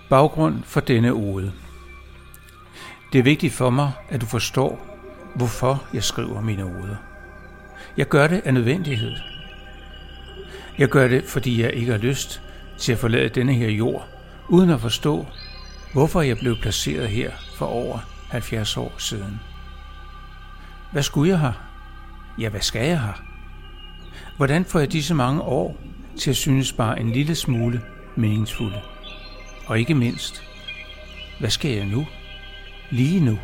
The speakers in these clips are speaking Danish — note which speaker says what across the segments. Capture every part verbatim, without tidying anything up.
Speaker 1: Baggrund for denne ode. Det er vigtigt for mig, at du forstår, hvorfor jeg skriver mine oder. Jeg gør det af nødvendighed. Jeg gør det, fordi jeg ikke har lyst til at forlade denne her jord, uden at forstå, hvorfor jeg blev placeret her for over halvfjerds år siden. Hvad skulle jeg her? Ja, hvad skal jeg her? Hvordan får jeg disse mange år til at synes bare en lille smule meningsfulde? Og ikke mindst, hvad skal jeg nu? Lige nu.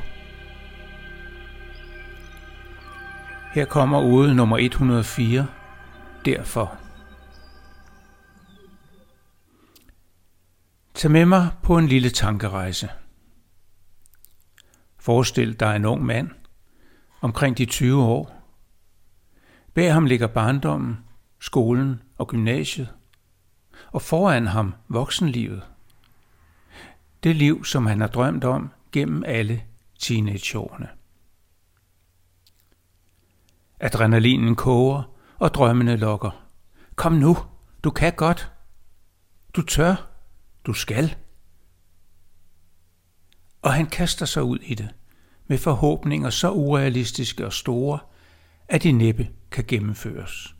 Speaker 1: Her kommer ode nummer et hundrede og fire. Derfor. Tag med mig på en lille tankerejse. Forestil dig en ung mand, omkring de tyve år. Bag ham ligger barndommen, skolen og gymnasiet, og foran ham voksenlivet. Det liv, som han har drømt om gennem alle teenageårene. Adrenalinen koger, og drømmene lokker. Kom nu, du kan godt. Du tør, du skal. Og han kaster sig ud i det, med forhåbninger så urealistiske og store, at de næppe kan gennemføres.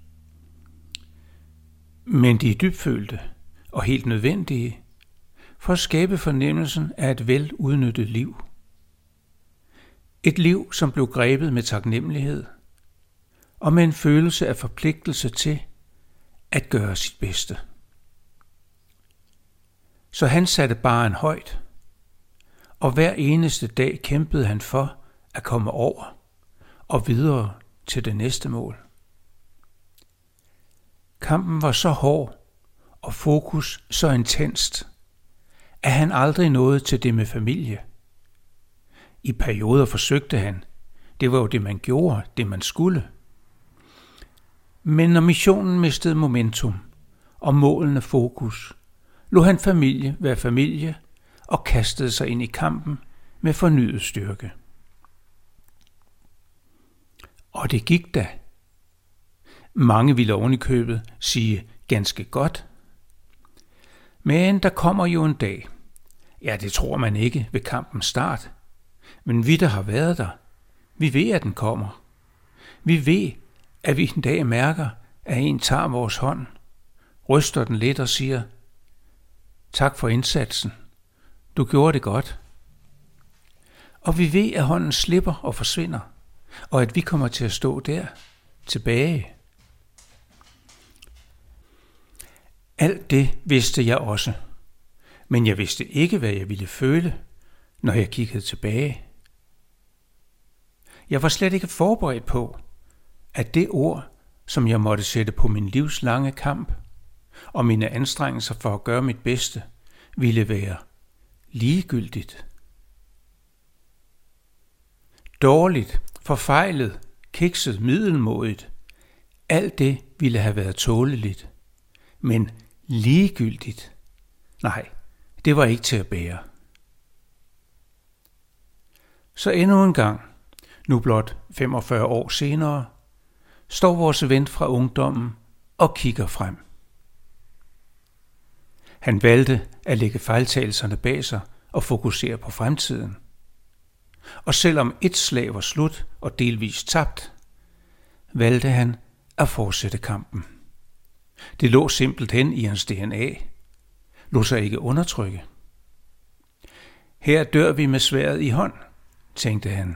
Speaker 1: Men de er dybfølte og helt nødvendige, for at skabe fornemmelsen af et veludnyttet liv. Et liv, som blev grebet med taknemmelighed, og med en følelse af forpligtelse til at gøre sit bedste. Så han satte barren højt, og hver eneste dag kæmpede han for at komme over og videre til det næste mål. Kampen var så hård og fokus så intenst, at han aldrig nåede til det med familie. I perioder forsøgte han. Det var jo det, man gjorde, det man skulle. Men når missionen mistede momentum og målene fokus, lod han familie være familie og kastede sig ind i kampen med fornyet styrke. Og det gik da. Mange ville oven i købet sige ganske godt. Men der kommer jo en dag. Ja, det tror man ikke ved kampens start. Men vi, der har været der, vi ved, at den kommer. Vi ved, at vi en dag mærker, at en tager vores hånd, ryster den lidt og siger, tak for indsatsen. Du gjorde det godt. Og vi ved, at hånden slipper og forsvinder, og at vi kommer til at stå der, tilbage. Alt det vidste jeg også, men jeg vidste ikke, hvad jeg ville føle, når jeg kiggede tilbage. Jeg var slet ikke forberedt på, at det ord, som jeg måtte sætte på min livs lange kamp, og mine anstrengelser for at gøre mit bedste, ville være ligegyldigt. Dårligt, forfejlet, kikset, middelmådigt. Alt det ville have været tåleligt. Men ligegyldigt? Nej, det var ikke til at bære. Så endnu en gang, nu blot femogfyrre år senere, står vores ven fra ungdommen og kigger frem. Han valgte at lægge fejltagelserne bag sig og fokusere på fremtiden. Og selvom et slag var slut og delvist tabt, valgte han at fortsætte kampen. Det lå simpelthen i hans D N A. Lod sig ikke undertrykke. Her dør vi med sværdet i hånd, tænkte han.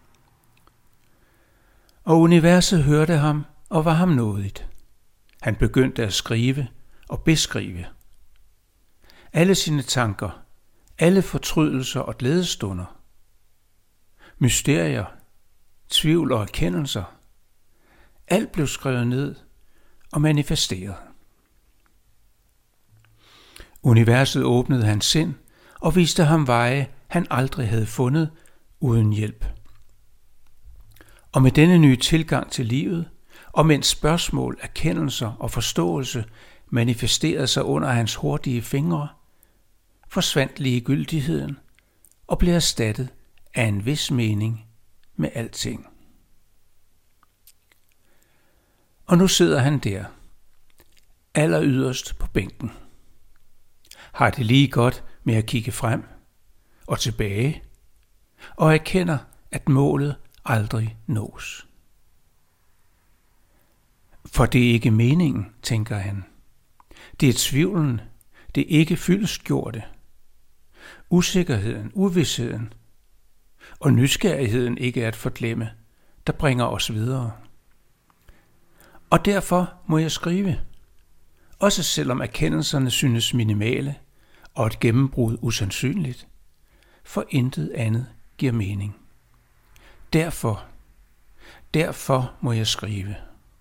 Speaker 1: Og universet hørte ham og var ham nådigt. Han begyndte at skrive og beskrive. Alle sine tanker, alle fortrydelser og glædestunder. Mysterier, tvivl og erkendelser. Alt blev skrevet ned og manifesteret. Universet åbnede hans sind og viste ham veje, han aldrig havde fundet uden hjælp. Og med denne nye tilgang til livet, og mens spørgsmål, erkendelser og forståelse manifesterede sig under hans hurtige fingre, forsvandt ligegyldigheden og blev erstattet af en vis mening med alting. Og nu sidder han der, alleryderst på bænken. Har det lige godt med at kigge frem og tilbage, og erkender, at målet aldrig nås. For det er ikke meningen, tænker han. Det er tvivlen, det er ikke fyldestgjorte. Usikkerheden, uvisheden og nysgerrigheden ikke at forglemme, der bringer os videre. Og derfor må jeg skrive, også selvom erkendelserne synes minimale og et gennembrud usandsynligt, for intet andet giver mening. Derfor, derfor må jeg skrive.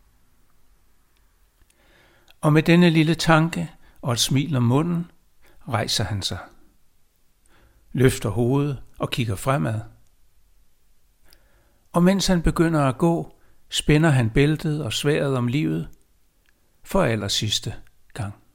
Speaker 1: Og med denne lille tanke og et smil om munden, rejser han sig, løfter hovedet og kigger fremad. Og mens han begynder at gå, spænder han bæltet og sværdet om livet for allersidste gang.